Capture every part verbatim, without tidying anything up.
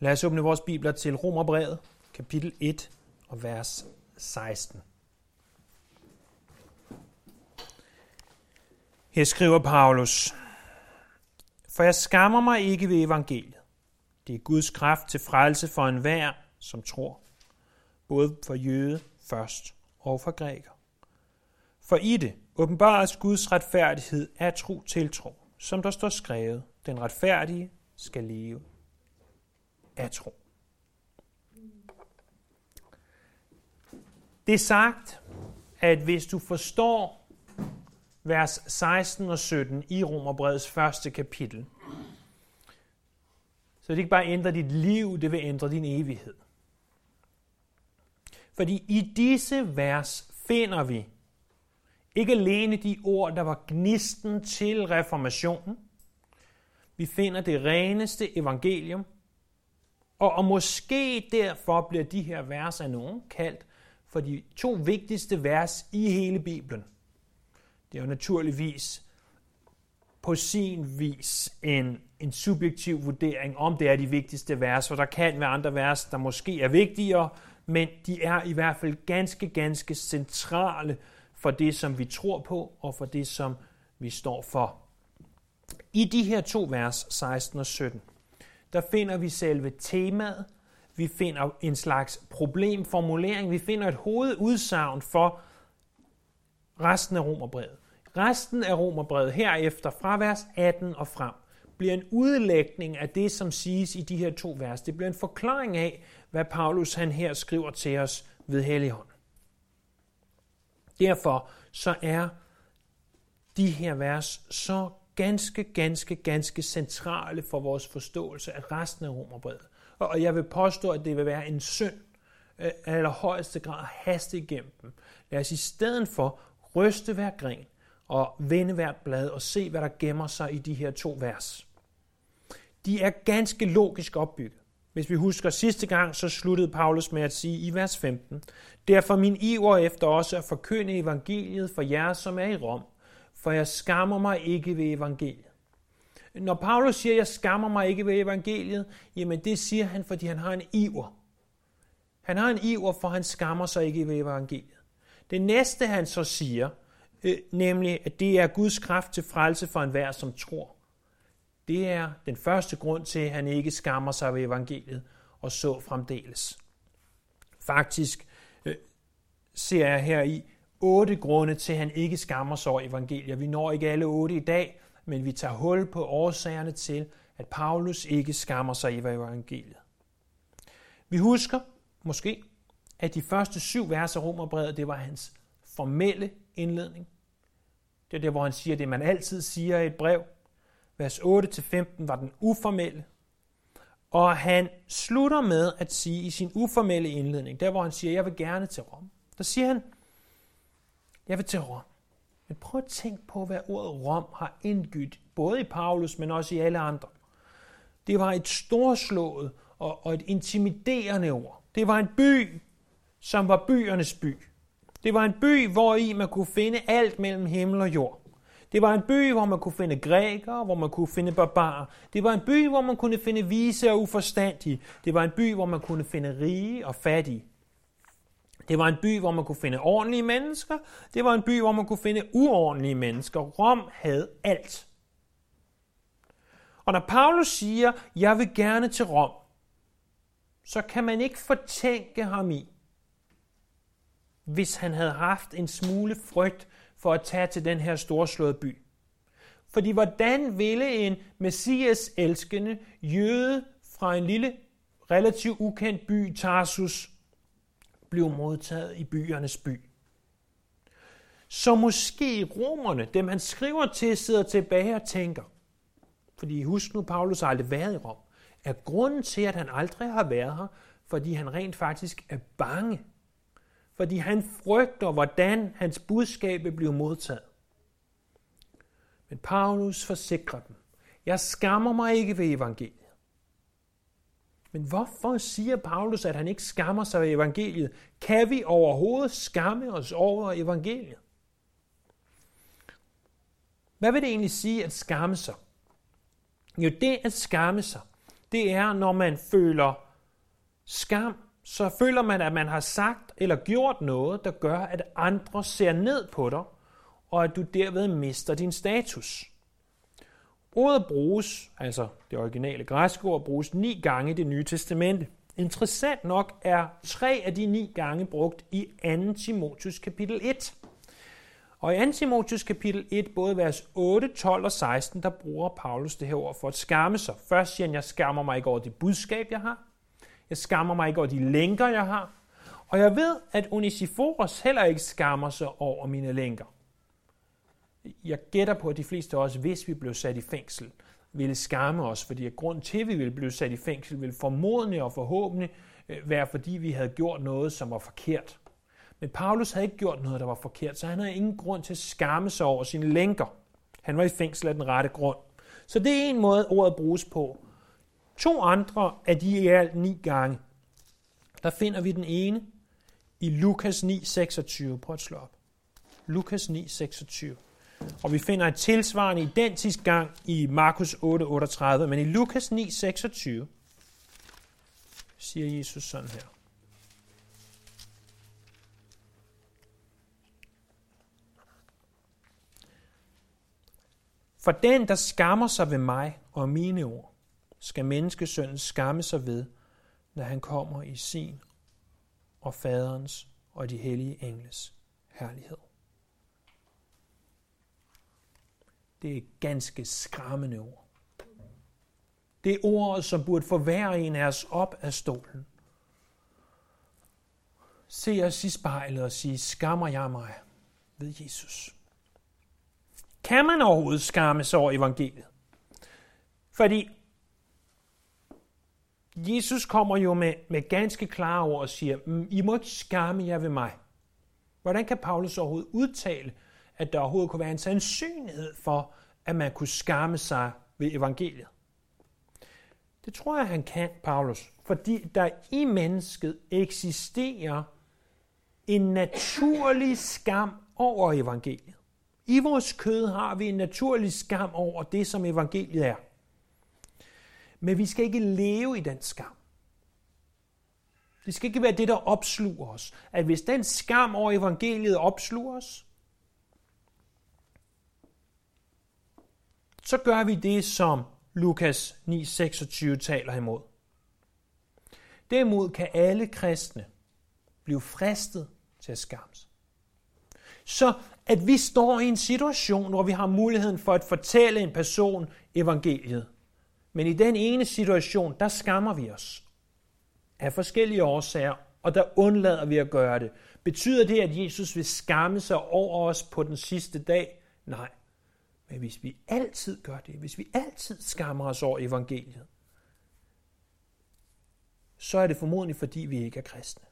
Lad os åbne vores bibler til Romerbrevet, kapitel et og vers seksten. Her skriver Paulus: For jeg skammer mig ikke ved evangeliet. Det er Guds kraft til frelse for enhver, som tror, både for jøde først og for græker. For i det åbenbares Guds retfærdighed af tro tiltro, som der står skrevet: Den retfærdige skal leve af tro. Det er sagt, at hvis du forstår vers seksten og sytten i Romerbrevets første kapitel, så det ikke bare ændrer dit liv, det vil ændre din evighed. Fordi i disse vers finder vi ikke alene de ord, der var gnisten til reformationen. Vi finder det reneste evangelium, og, og måske derfor bliver de her vers af nogen kaldt for de to vigtigste vers i hele Bibelen. Det er jo naturligvis på sin vis en, en subjektiv vurdering, om det er de vigtigste vers, for der kan være andre vers, der måske er vigtigere, men de er i hvert fald ganske, ganske centrale for det, som vi tror på, og for det, som vi står for. I de her to vers, seksten og sytten, der finder vi selve temaet, vi finder en slags problemformulering, vi finder et hovedudsagn for resten af Romerbrevet. Resten af Romerbrevet herefter, fra vers atten og frem, bliver en udlægning af det, som siges i de her to vers. Det bliver en forklaring af, hvad Paulus han her skriver til os ved Helligånden. Derfor så er de her vers så ganske, ganske, ganske centrale for vores forståelse af resten af Romerbrevet. Og jeg vil påstå, at det vil være en synd af allerhøjeste grad at haste igennem dem. Lad os i stedet for ryste hver gren og vende hvert blad og se, hvad der gemmer sig i de her to vers. De er ganske logisk opbygget. Hvis vi husker sidste gang, så sluttede Paulus med at sige i vers femten: Derfor min iver efter også at forkynde evangeliet for jer, som er i Rom, for jeg skammer mig ikke ved evangeliet. Når Paulus siger, at jeg skammer mig ikke ved evangeliet, jamen det siger han, fordi han har en iver. Han har en iver, for han skammer sig ikke ved evangeliet. Det næste, han så siger, øh, nemlig, at det er Guds kraft til frelse for enhver, som tror. Det er den første grund til, at han ikke skammer sig ved evangeliet, og så fremdeles. Faktisk øh, ser jeg her i otte grunde til, at han ikke skammer sig over evangeliet. Vi når ikke alle otte i dag, men vi tager hul på årsagerne til, at Paulus ikke skammer sig ved evangeliet. Vi husker måske, at de første syv vers af Romerbrevet, det var hans formelle indledning. Det er der, hvor han siger det, man altid siger i et brev. Vers otte til femten var den uformelle. Og han slutter med at sige i sin uformelle indledning, der hvor han siger, jeg vil gerne til Rom. Der siger han, jeg vil til Rom. Men prøv at tænke på, hvad ordet Rom har indgydt, både i Paulus, men også i alle andre. Det var et storslået og, og et intimiderende ord. Det var en by, som var byernes by. Det var en by, hvor i man kunne finde alt mellem himmel og jord. Det var en by, hvor man kunne finde grækere, hvor man kunne finde barbarer. Det var en by, hvor man kunne finde vise og uforstandige. Det var en by, hvor man kunne finde rige og fattige. Det var en by, hvor man kunne finde ordentlige mennesker. Det var en by, hvor man kunne finde uordentlige mennesker. Rom havde alt. Og når Paulus siger, jeg vil gerne til Rom, så kan man ikke fortænke ham i, hvis han havde haft en smule frygt for at tage til den her storslåede by. Fordi hvordan ville en messias elskende jøde fra en lille, relativt ukendt by, Tarsus, blive modtaget i byernes by? Så måske romerne, dem han skriver til, sidder tilbage og tænker, fordi husk nu, Paulus har aldrig været i Rom, er grunden til, at han aldrig har været her, fordi han rent faktisk er bange. Fordi han frygter, hvordan hans budskab vil blive modtaget. Men Paulus forsikrer dem, jeg skammer mig ikke ved evangeliet. Men hvorfor siger Paulus, at han ikke skammer sig ved evangeliet? Kan vi overhovedet skamme os over evangeliet? Hvad vil det egentlig sige at skamme sig? Jo, det at skamme sig, det er, når man føler skam, så føler man, at man har sagt eller gjort noget, der gør, at andre ser ned på dig, og at du derved mister din status. Ordet bruges, altså det originale græske ord, bruges ni gange i Det Nye Testamente. Interessant nok er tre af de ni gange brugt i anden Timotheus kapitel et. Og i anden Timotheus kapitel et, både vers otte, tolv og seksten, der bruger Paulus det her ord for at skamme sig. Først siger han, jeg skammer mig ikke over det budskab, jeg har. Jeg skammer mig ikke over de lænker, jeg har. Og jeg ved, at Onesiforos heller ikke skammer sig over mine lænker. Jeg gætter på, at de fleste af os, hvis vi blev sat i fængsel, ville skamme os, fordi grunden til, at vi ville blive sat i fængsel, ville formodentlig og forhåbentlig være, fordi vi havde gjort noget, som var forkert. Men Paulus havde ikke gjort noget, der var forkert, så han havde ingen grund til at skamme sig over sine lænker. Han var i fængsel af den rette grund. Så det er en måde, ordet bruges på. To andre af de i alt ni gange, der finder vi den ene i Lukas ni, seksogtyve. Prøv at slå op. Lukas ni, seksogtyve. Og vi finder et tilsvarende identisk gang i Markus otte, otteogtredive, men i Lukas ni, seksogtyve siger Jesus sådan her. For den, der skammer sig ved mig og mine ord, skal menneskesønnen skamme sig ved, når han kommer i sin og faderens og de hellige engles herlighed. Det er ganske skræmmende ord. Det er ordet, som burde få hver en af os op af stolen. Se os i spejlet og sige, skammer jeg mig ved Jesus? Kan man overhovedet skamme sig over evangeliet? Fordi Jesus kommer jo med, med ganske klare ord og siger, I må ikke skamme jer ved mig. Hvordan kan Paulus overhovedet udtale, at der overhovedet kunne være en sandsynlighed for, at man kunne skamme sig ved evangeliet? Det tror jeg, han kan, Paulus, fordi der i mennesket eksisterer en naturlig skam over evangeliet. I vores kød har vi en naturlig skam over det, som evangeliet er. Men vi skal ikke leve i den skam. Det skal ikke være det, der opsluger os. At hvis den skam over evangeliet opsluger os, så gør vi det, som Lukas ni, seksogtyve taler imod. Derimod kan alle kristne blive fristet til at skamme sig. Så at vi står i en situation, hvor vi har muligheden for at fortælle en person evangeliet. Men i den ene situation, der skammer vi os af forskellige årsager, og der undlader vi at gøre det. Betyder det, at Jesus vil skamme sig over os på den sidste dag? Nej. Men hvis vi altid gør det, hvis vi altid skammer os over evangeliet, så er det formodentlig, fordi vi ikke er kristne.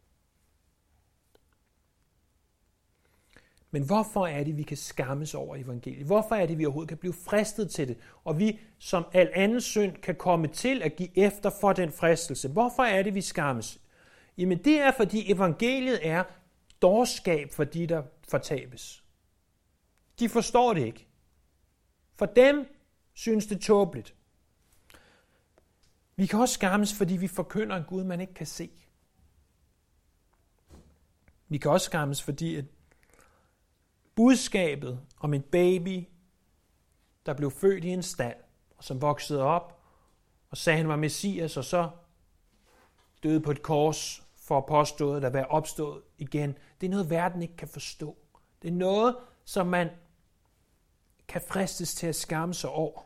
Men hvorfor er det, vi kan skammes over evangeliet? Hvorfor er det, vi overhovedet kan blive fristet til det? Og vi, som al anden synd, kan komme til at give efter for den fristelse. Hvorfor er det, vi skammes? Jamen det er, fordi evangeliet er dårskab for de, der fortabes. De forstår det ikke. For dem synes det tåbeligt. Vi kan også skammes, fordi vi forkynder en Gud, man ikke kan se. Vi kan også skammes, fordi at budskabet om en baby, der blev født i en stald, og som voksede op, og sagde, han var Messias, og så døde på et kors for at påstå at være opstået igen. Det er noget, verden ikke kan forstå. Det er noget, som man kan fristes til at skamme sig over.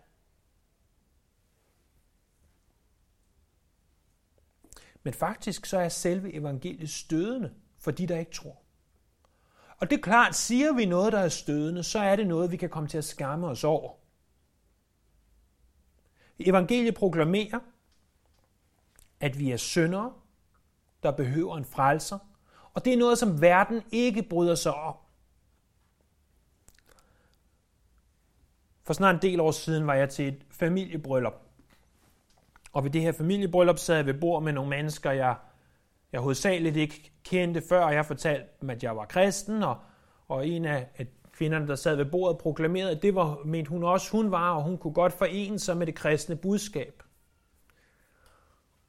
Men faktisk så er selve evangeliet stødende for de, der ikke tror. Og det er klart, siger vi noget, der er stødende, så er det noget, vi kan komme til at skamme os over. Evangeliet proklamerer, at vi er syndere, der behøver en frelser, og det er noget, som verden ikke bryder sig om. For snart en del år siden var jeg til et familiebryllup. Og ved det her familiebryllup sad jeg ved bord med nogle mennesker, jeg, jeg hovedsageligt ikke kendte før, og jeg fortalte dem, at jeg var kristen, og, og en af at kvinderne, der sad ved bordet, proklamerede, at det var, mente hun også, hun var, og hun kunne godt forene sig med det kristne budskab.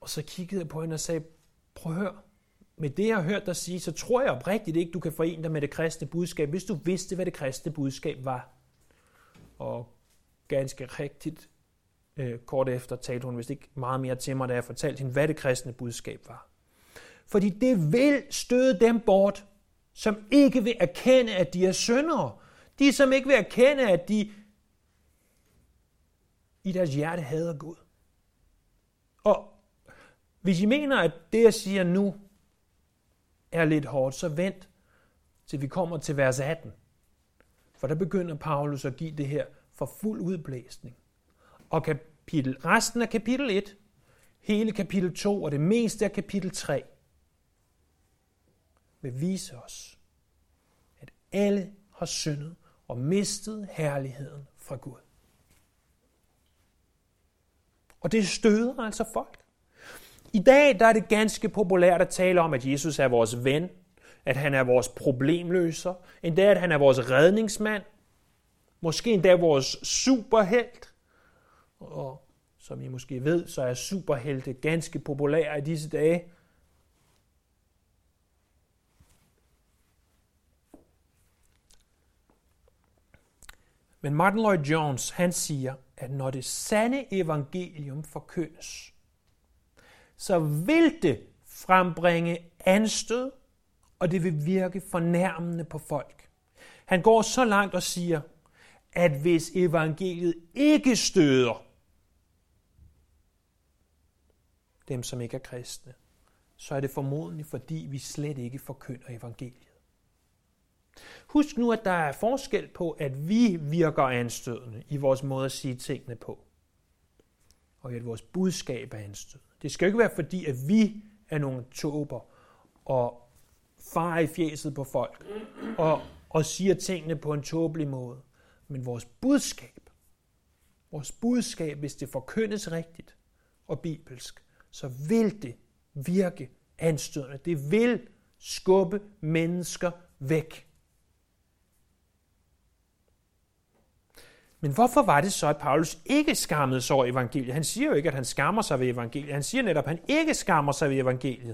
Og så kiggede jeg på hende og sagde, prøv at høre, med det jeg har hørt dig sige, så tror jeg oprigtigt ikke, du kan forene dig med det kristne budskab, hvis du vidste, hvad det kristne budskab var. Og ganske rigtigt, øh, kort efter talte hun vist ikke meget mere til mig, da jeg fortalte hende, hvad det kristne budskab var. Fordi det vil støde dem bort, som ikke vil erkende, at de er syndere. De, som ikke vil erkende, at de i deres hjerte hader Gud. Og hvis I mener, at det, jeg siger nu, er lidt hårdt, så vent, til vi kommer til vers atten. For der begynder Paulus at give det her for fuld udblæsning. Og kapitel, resten af kapitel et, hele kapitel to og det meste af kapitel tre, vil vise os, at alle har syndet og mistet herligheden fra Gud. Og det støder altså folk. I dag der er det ganske populært at tale om, at Jesus er vores ven, at han er vores problemløser, endda at han er vores redningsmand, måske endda vores superhelt. Og som I måske ved, så er superhelte ganske populære i disse dage. Men Martin Lloyd-Jones, han siger, at når det sande evangelium forkyndes, så vil det frembringe anstød, og det vil virke fornærmende på folk. Han går så langt og siger, at hvis evangeliet ikke støder dem, som ikke er kristne, så er det formodentlig, fordi vi slet ikke forkynder evangeliet. Husk nu, at der er forskel på, at vi virker anstødende i vores måde at sige tingene på, og at vores budskab er anstødende. Det skal ikke være fordi, at vi er nogle tåber og farer i fjeset på folk og, og siger tingene på en tåbelig måde. Men vores budskab, vores budskab, hvis det forkyndes rigtigt og bibelsk, så vil det virke anstødende. Det vil skubbe mennesker væk. Men hvorfor var det så, at Paulus ikke skammede sig over evangeliet? Han siger jo ikke, at han skammer sig ved evangeliet. Han siger netop, at han ikke skammer sig ved evangeliet.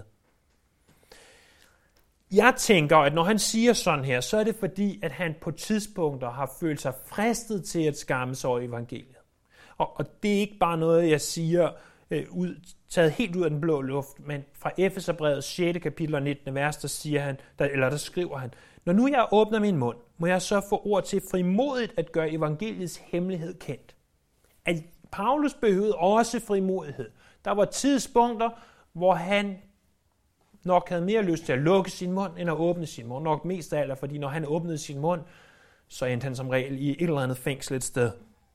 Jeg tænker, at når han siger sådan her, så er det fordi, at han på tidspunkter har følt sig fristet til at skamme sig over evangeliet. Og, og det er ikke bare noget, jeg siger øh, ud, taget helt ud af den blå luft, men fra Efeserbrevet sjette kapitel og nittende vers, der siger han, der, eller der skriver han, når nu jeg åbner min mund, må jeg så få ord til frimodigt at gøre evangeliets hemmelighed kendt. At Paulus behøvede også frimodighed. Der var tidspunkter, hvor han nok havde mere lyst til at lukke sin mund, end at åbne sin mund. Nok mest af alt, fordi når han åbnede sin mund, så endte han som regel i et eller andet fængsel et sted.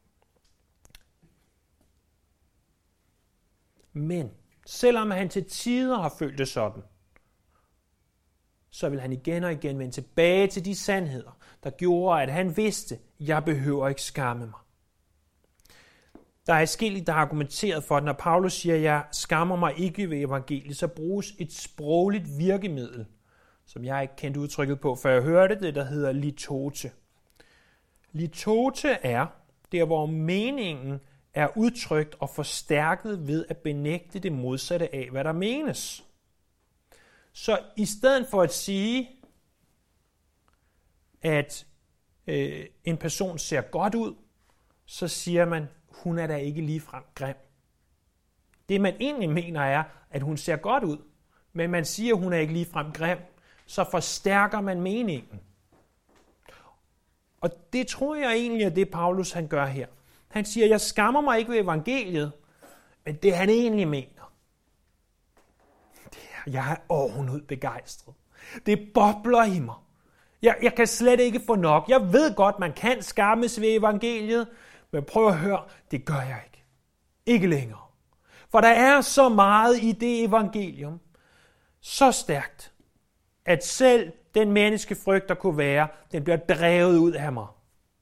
Men selvom han til tider har følt det sådan, så vil han igen og igen vende tilbage til de sandheder, der gjorde, at han vidste, at jeg behøver ikke skamme mig. Der er adskillige, der har argumenteret for, at når Paulus siger, at jeg skammer mig ikke ved evangeliet, så bruges et sprogligt virkemiddel, som jeg ikke kendte udtrykket på, før jeg hørte det, der hedder litote. Litote er der, hvor meningen er udtrykt og forstærket ved at benægte det modsatte af, hvad der menes. Så i stedet for at sige, at øh, en person ser godt ud, så siger man, hun er da ikke ligefrem grim. Det man egentlig mener er, at hun ser godt ud, men man siger, at hun er ikke ligefrem grim, så forstærker man meningen. Og det tror jeg egentlig er det, Paulus han gør her. Han siger, jeg skammer mig ikke ved evangeliet, men det han egentlig mener, det er, jeg er ovenud begejstret. Det bobler i mig. Jeg, jeg kan slet ikke få nok. Jeg ved godt, man kan skammes ved evangeliet, men prøv at høre, det gør jeg ikke. Ikke længere. For der er så meget i det evangelium, så stærkt, at selv den menneskefrygt, der kunne være, den bliver drevet ud af mig.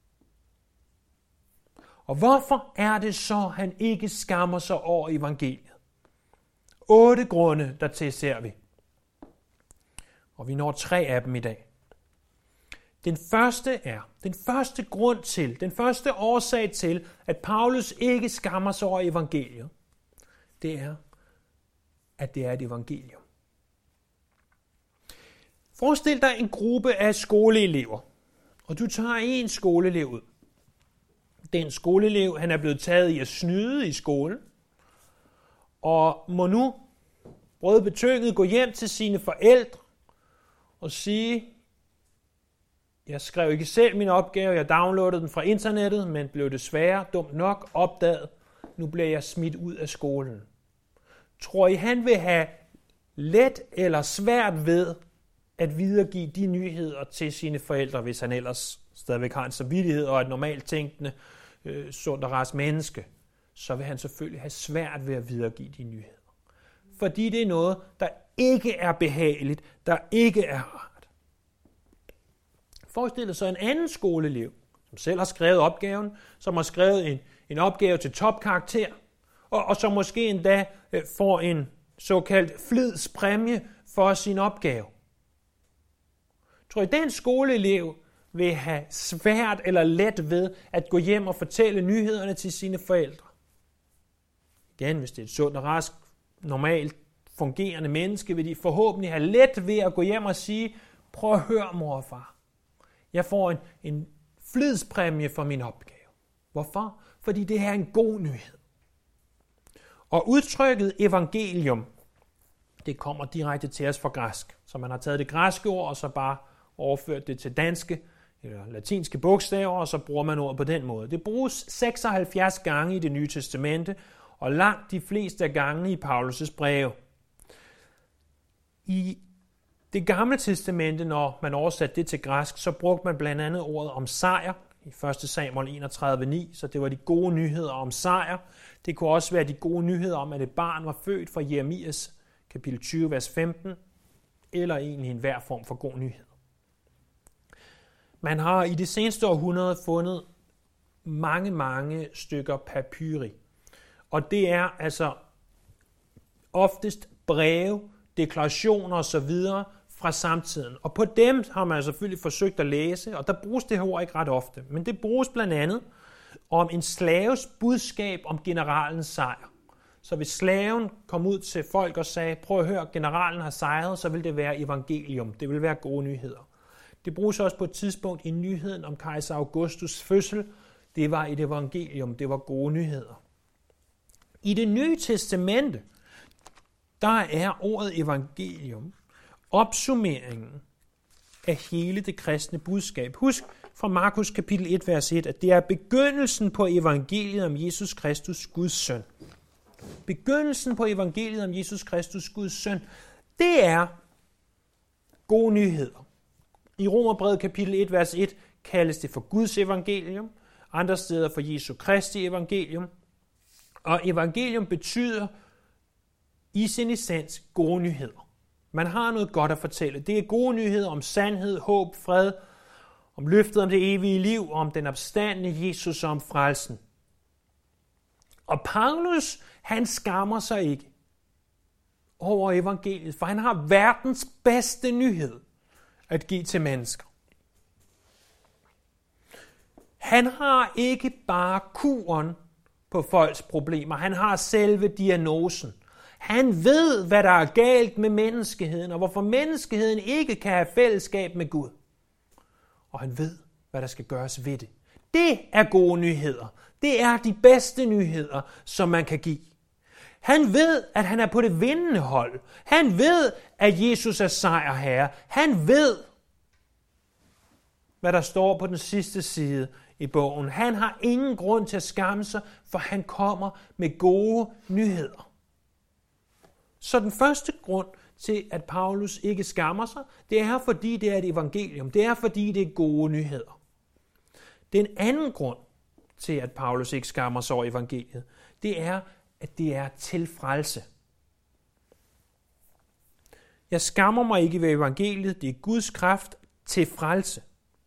Og hvorfor er det så, at han ikke skammer sig over evangeliet? Otte grunde, dertil ser vi. Og vi når tre af dem i dag. Den første er, den første grund til, den første årsag til, at Paulus ikke skammer sig over evangeliet, det er, at det er et evangelium. Forestil dig en gruppe af skoleelever, og du tager en skoleelev ud. Den skoleelev, han er blevet taget i at snyde i skolen, og må nu brødbetynget gå hjem til sine forældre og sige, jeg skrev ikke selv min opgave, jeg downloadede den fra internettet, men blev desværre dumt nok opdaget. Nu bliver jeg smidt ud af skolen. Tror I, han vil have let eller svært ved at videregive de nyheder til sine forældre, hvis han ellers stadigvæk har en samvittighed og et normalt tænkende, øh, sundt og rask menneske, så vil han selvfølgelig have svært ved at videregive de nyheder. Fordi det er noget, der ikke er behageligt, der ikke er rart. Forestil dig så en anden skoleelev, som selv har skrevet opgaven, som har skrevet en, en opgave til topkarakter, og, og som måske endda øh, får en såkaldt flidspræmie for sin opgave. Tror I, den skoleelev vil have svært eller let ved at gå hjem og fortælle nyhederne til sine forældre? Igen, hvis det er et sundt og rask, normalt fungerende menneske, vil de forhåbentlig have let ved at gå hjem og sige, prøv at høre, mor og far. Jeg får en, en flidspræmie for min opgave. Hvorfor? Fordi det her er en god nyhed. Og udtrykket evangelium, det kommer direkte til os fra græsk. Så man har taget det græske ord, og så bare overført det til danske eller latinske bogstaver, og så bruger man ordet på den måde. Det bruges seksoghalvfjerds gange i Det Nye Testamente, og langt de fleste af gangene i Paulus' breve. I Det Gamle Testamente, når man oversatte det til græsk, så brugte man blandt andet ordet om sejr i første Samuel enogtredive ni, så det var de gode nyheder om sejr. Det kunne også være de gode nyheder om, at et barn var født fra Jeremias kapitel tyve, vers femten, eller egentlig enhver form for god nyhed. Man har i det seneste århundrede fundet mange, mange stykker papyri. Og det er altså oftest breve, deklarationer osv. fra samtiden. Og på dem har man selvfølgelig forsøgt at læse, og der bruges det her ord ikke ret ofte. Men det bruges blandt andet om en slaves budskab om generalens sejr. Så hvis slaven kom ud til folk og sagde, prøv at høre, generalen har sejret, så vil det være evangelium. Det vil være gode nyheder. Det bruges også på et tidspunkt i nyheden om kejser Augustus' fødsel. Det var et evangelium, det var gode nyheder. I Det Nye Testamente, der er ordet evangelium opsummeringen af hele det kristne budskab. Husk fra Markus kapitel et, vers et, at det er begyndelsen på evangeliet om Jesus Kristus, Guds søn. Begyndelsen på evangeliet om Jesus Kristus, Guds søn, det er gode nyheder. I Romerbrevet kapitel et, vers et kaldes det for Guds evangelium, andre steder for Jesu Kristi evangelium. Og evangelium betyder i sin essens gode nyheder. Man har noget godt at fortælle. Det er gode nyheder om sandhed, håb, fred, om løftet om det evige liv, om den opstandne Jesus og om frelsen. Og Paulus, han skammer sig ikke over evangeliet, for han har verdens bedste nyhed at give til mennesker. Han har ikke bare kuren på folks problemer, han har selve diagnosen. Han ved, hvad der er galt med menneskeheden, og hvorfor menneskeheden ikke kan have fællesskab med Gud. Og han ved, hvad der skal gøres ved det. Det er gode nyheder. Det er de bedste nyheder, som man kan give. Han ved, at han er på det vindende hold. Han ved, at Jesus er sejrherre. Han ved, hvad der står på den sidste side i bogen. Han har ingen grund til at skamme sig, for han kommer med gode nyheder. Så den første grund til, at Paulus ikke skammer sig, det er, fordi det er et evangelium. Det er, fordi det er gode nyheder. Den anden grund til, at Paulus ikke skammer sig over evangeliet, det er, at det er til frelse. Jeg skammer mig ikke ved evangeliet. Det er Guds kraft til frelse.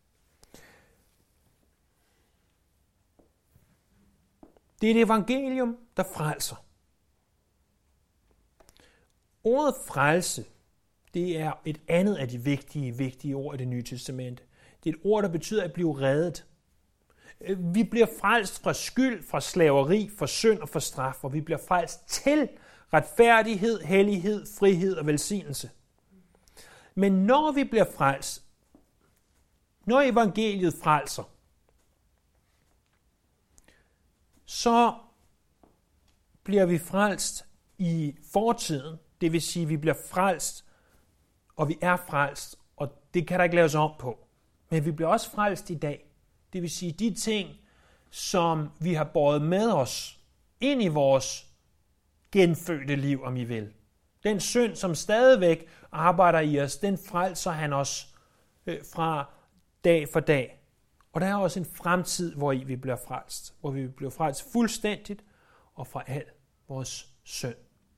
Det er et evangelium, der frelser. Ordet frelse, det er et andet af de vigtige, vigtige ord i Det Nye Testamente. Det er et ord, der betyder at blive reddet. Vi bliver frelst fra skyld, fra slaveri, fra synd og fra straf, og vi bliver frelst til retfærdighed, hellighed, frihed og velsignelse. Men når vi bliver frelst, når evangeliet frelser, så bliver vi frelst i fortiden. Det vil sige, at vi bliver frelst, og vi er frelst, og det kan der ikke laves om på. Men vi bliver også frelst i dag. Det vil sige, de ting, som vi har båret med os ind i vores genfødte liv, om I vil. Den synd, som stadigvæk arbejder i os, den frelser han os øh, fra dag for dag. Og der er også en fremtid, hvor I vi bliver frelst. Hvor vi bliver frelst fuldstændigt og fra al vores synd.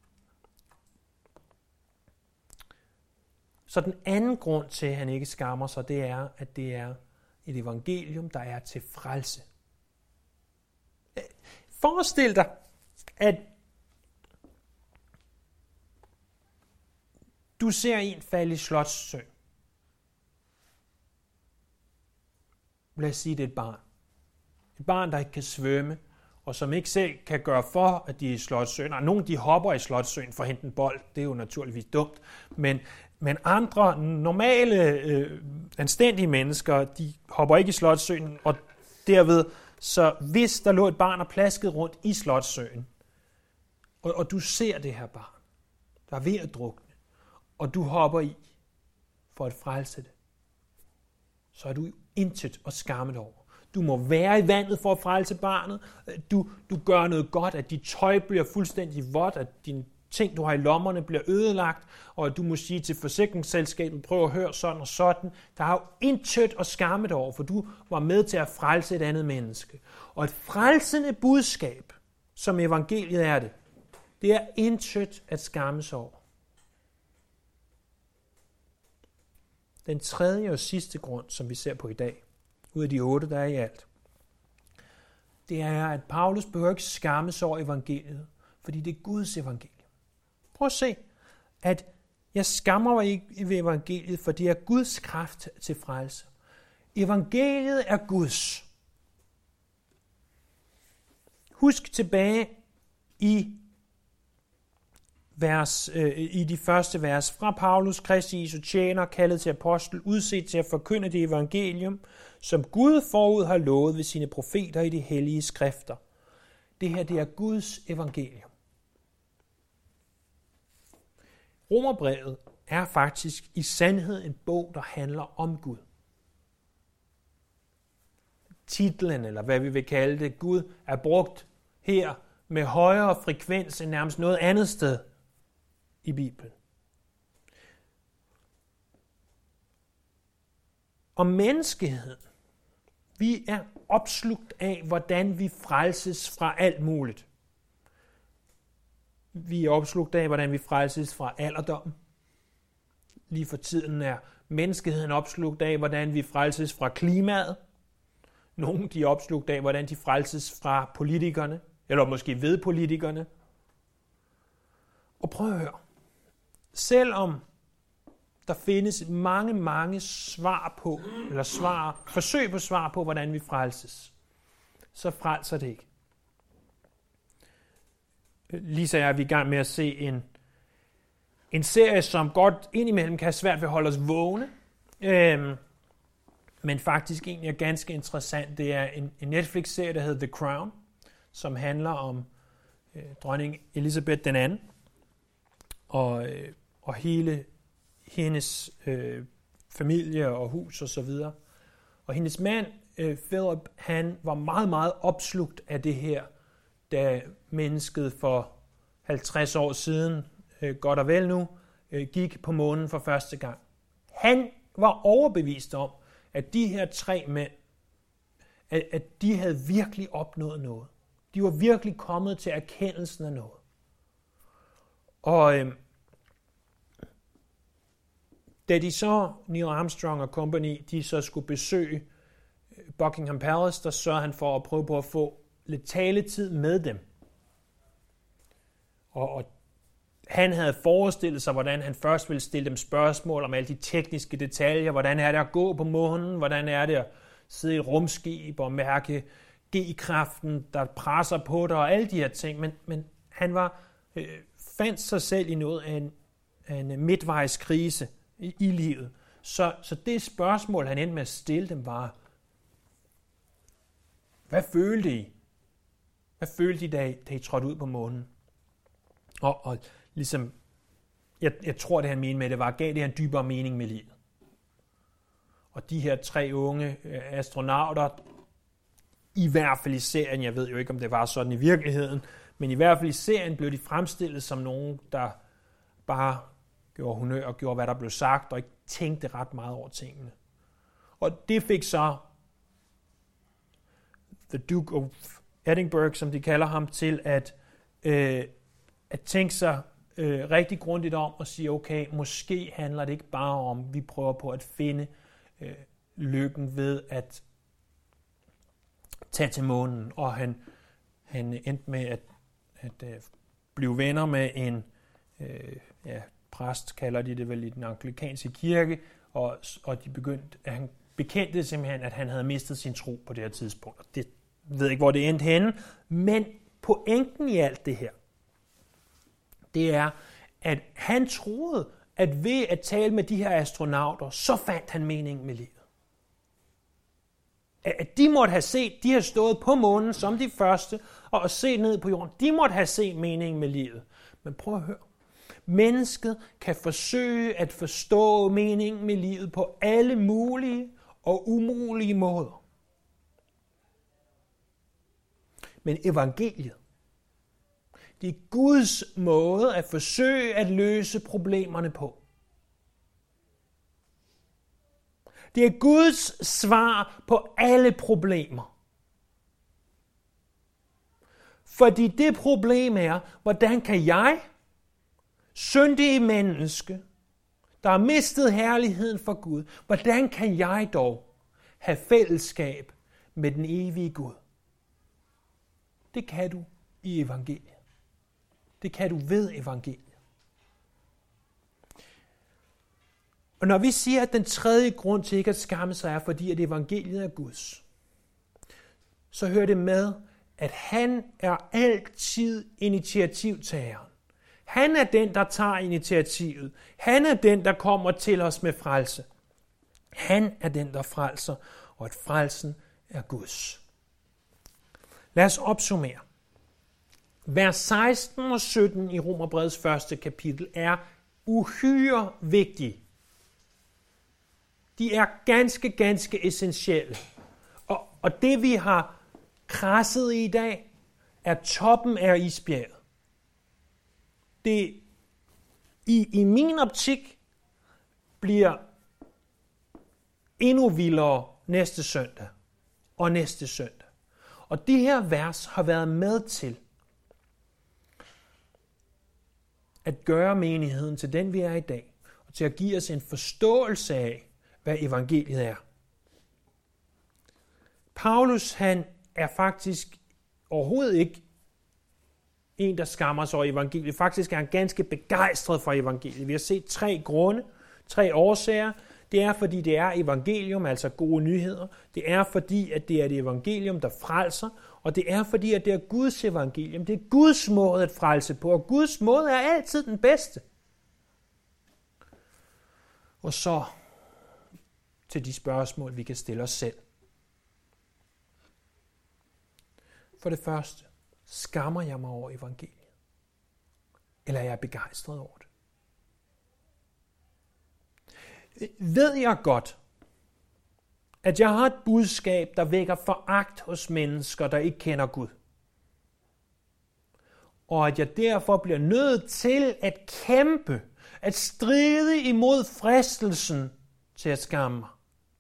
Så den anden grund til, at han ikke skammer sig, det er, at det er et evangelium, der er til frelse. Forestil dig, at du ser en falde i Slotssøen. Lad os sige, det er et barn. Et barn, der ikke kan svømme, og som ikke selv kan gøre for, at de er i Slotssøen. Og nogle, de hopper i Slotssøen for at hente en bold. Det er jo naturligvis dumt. Men, men andre normale, øh, anstændige mennesker, de hopper ikke i Slotssøen, og derved, så hvis der lå et barn og plaskede rundt i Slotssøen, og, og du ser det her barn, der er ved at drukne, og du hopper i for at frelse det, så er du intet at skamme dig over. Du må være i vandet for at frelse barnet. Du, du gør noget godt, at dit tøj bliver fuldstændig vådt, at dine ting, du har i lommerne, bliver ødelagt, og at du må sige til forsikringsselskabet, prøv at høre sådan og sådan. Der er jo intet at skamme dig over, for du var med til at frelse et andet menneske. Og et frelsende budskab, som evangeliet er det, det er intet at skamme sig over. Den tredje og sidste grund, som vi ser på i dag, ud af de otte, der er i alt, det er, at Paulus behøver ikke skamme sig over evangeliet, fordi det er Guds evangelium. Prøv at se, at jeg skammer mig ikke ved evangeliet, for det er Guds kraft til frelse. Evangeliet er Guds. Husk tilbage i Vers, øh, i de første vers fra Paulus, Kristi Jesu tjener, kaldet til apostel, udset til at forkynde det evangelium, som Gud forud har lovet ved sine profeter i de hellige skrifter. Det her, det er Guds evangelium. Romerbrevet er faktisk i sandhed en bog, der handler om Gud. Titlen, eller hvad vi vil kalde det, Gud, er brugt her med højere frekvens end nærmest noget andet sted i Bibelen. Og menneskeheden, vi er opslugt af, hvordan vi frelses fra alt muligt. Vi er opslugt af, hvordan vi frelses fra alderdommen. Lige for tiden er menneskeheden opslugt af, hvordan vi frelses fra klimaet. Nogle de er opslugt af, hvordan de frelses fra politikerne, eller måske ved politikerne. Og prøv at høre. Selvom der findes mange, mange svar på, eller svar, forsøg på svar på, hvordan vi frelses, så frelser det ikke. Lisa og jeg er vi i gang med at se en, en serie, som godt indimellem kan have svært ved at holde os vågne, øhm, men faktisk egentlig er ganske interessant. Det er en, en Netflix-serie, der hedder The Crown, som handler om øh, dronning Elizabeth den anden, og, øh, og hele hendes øh, familie og hus og så videre. Og hendes mand, øh, Philip, han var meget, meget opslugt af det her, da mennesket for halvtreds år siden, øh, godt og vel nu, øh, gik på månen for første gang. Han var overbevist om, at de her tre mænd, at, at de havde virkelig opnået noget. De var virkelig kommet til erkendelsen af noget. Og øh, da de så, Neil Armstrong og company, de så skulle besøge Buckingham Palace, der sørgede han for at prøve på at få lidt taletid med dem. Og, og han havde forestillet sig, hvordan han først ville stille dem spørgsmål om alle de tekniske detaljer. Hvordan er det at gå på månen? Hvordan er det at sidde i et rumskib og mærke G-kraften, der presser på dig og alle de her ting. Men, men han var øh, fandt sig selv i noget af en, af en midtvejskrise i, i livet. Så, så det spørgsmål, han endte med at stille dem, var, hvad følte I? Hvad følte I, da I, da I trådte ud på månen? Og, og ligesom, jeg, jeg tror, det han mente med det var, gav det en dybere mening med livet. Og de her tre unge astronauter, i hvert fald i serien, jeg ved jo ikke, om det var sådan i virkeligheden, men i hvert fald i serien blev de fremstillet som nogen, der bare gjorde honør og gjorde, hvad der blev sagt, og ikke tænkte ret meget over tingene. Og det fik så The Duke of Edinburgh, som de kalder ham, til at, øh, at tænke sig øh, rigtig grundigt om og sige, okay, måske handler det ikke bare om, at vi prøver på at finde øh, lykken ved at tage til månen. Og han, han endte med at, at øh, blive venner med en øh, ja, præst, kalder de det vel i den anglikanske kirke, og, og de begyndte, at han bekendte simpelthen, at han havde mistet sin tro på det her tidspunkt. Og det jeg ved ikke, hvor det endte henne, men pointen i alt det her, det er, at han troede, at ved at tale med de her astronauter, så fandt han meningen med livet. At de måtte have set, de har stået på månen som de første, og set ned på jorden, de måtte have set meningen med livet. Men prøv at høre. Mennesket kan forsøge at forstå meningen med livet på alle mulige og umulige måder. Men evangeliet, det er Guds måde at forsøge at løse problemerne på. Det er Guds svar på alle problemer. Fordi det problem er, hvordan kan jeg, syndige menneske, der har mistet herligheden for Gud, hvordan kan jeg dog have fællesskab med den evige Gud? Det kan du i evangeliet. Det kan du ved evangeliet. Og når vi siger, at den tredje grund til ikke at skamme sig er, fordi at evangeliet er Guds, så hører det med, at han er altid initiativtageren. Han er den, der tager initiativet. Han er den, der kommer til os med frelse. Han er den, der frelser, og at frelsen er Guds. Lad os opsummere. Vers seksten og sytten i Romerbrevets første kapitel er uhyre vigtige. De er ganske, ganske essentielle. Og, og det vi har krasset i i dag, er toppen af isbjerget. Det i, i min optik bliver endnu vildere næste søndag og næste søndag. Og de her vers har været med til at gøre menigheden til den, vi er i dag, og til at give os en forståelse af, hvad evangeliet er. Paulus, han er faktisk overhovedet ikke en, der skammer sig over evangeliet. Faktisk er han ganske begejstret for evangeliet. Vi har set tre grunde, tre årsager. Det er, fordi det er evangelium, altså gode nyheder. Det er, fordi at det er det evangelium, der frelser. Og det er, fordi at det er Guds evangelium. Det er Guds måde at frelse på, og Guds måde er altid den bedste. Og så til de spørgsmål, vi kan stille os selv. For det første, skammer jeg mig over evangeliet? Eller er jeg begejstret over det? Ved jeg godt, at jeg har et budskab, der vækker foragt hos mennesker, der ikke kender Gud? Og at jeg derfor bliver nødt til at kæmpe, at stride imod fristelsen til at skamme mig?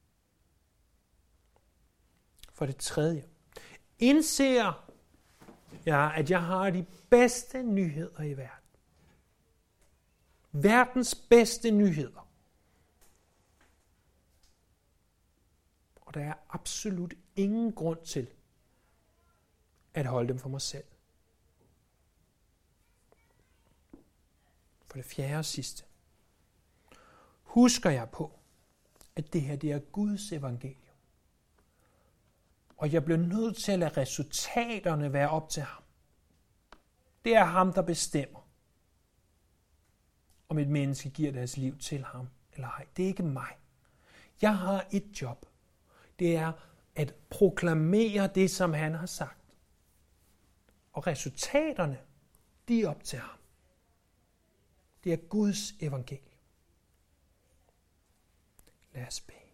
For det tredje, indser jeg, at jeg har de bedste nyheder i verden. Verdens bedste nyheder. Og der er absolut ingen grund til at holde dem for mig selv. For det fjerde og sidste, husker jeg på, at det her det er Guds evangelium. Og jeg bliver nødt til at lade resultaterne være op til ham. Det er ham, der bestemmer. om et menneske giver deres liv til ham eller ej. Det er ikke mig. Jeg har et job. Det er at proklamere det, som han har sagt. Og resultaterne, de er op til ham. Det er Guds evangelium. Lad os bede.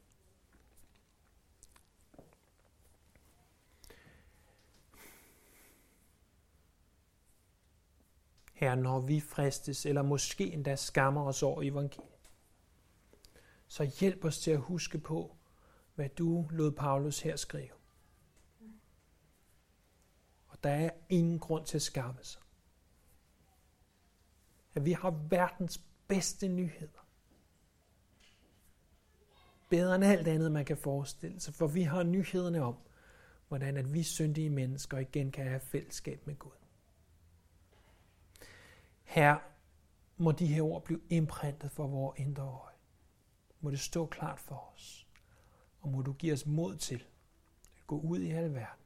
Herre, når vi fristes, eller måske endda skammer os over evangeliet, så hjælp os til at huske på, hvad du lod Paulus her skrive. Og der er ingen grund til at skamme sig. At vi har verdens bedste nyheder. Bedre end alt andet, man kan forestille sig, for vi har nyhederne om, hvordan at vi syndige mennesker igen kan have fællesskab med Gud. Herre, må de her ord blive indprintet for vores indre øje. Må det stå klart for os. Og må du give os mod til at gå ud i hele verden.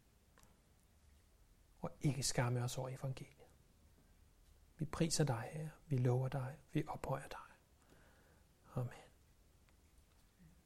Og ikke skamme os over evangeliet. Vi priser dig, Herre. Vi lover dig. Vi ophøjer dig. Amen.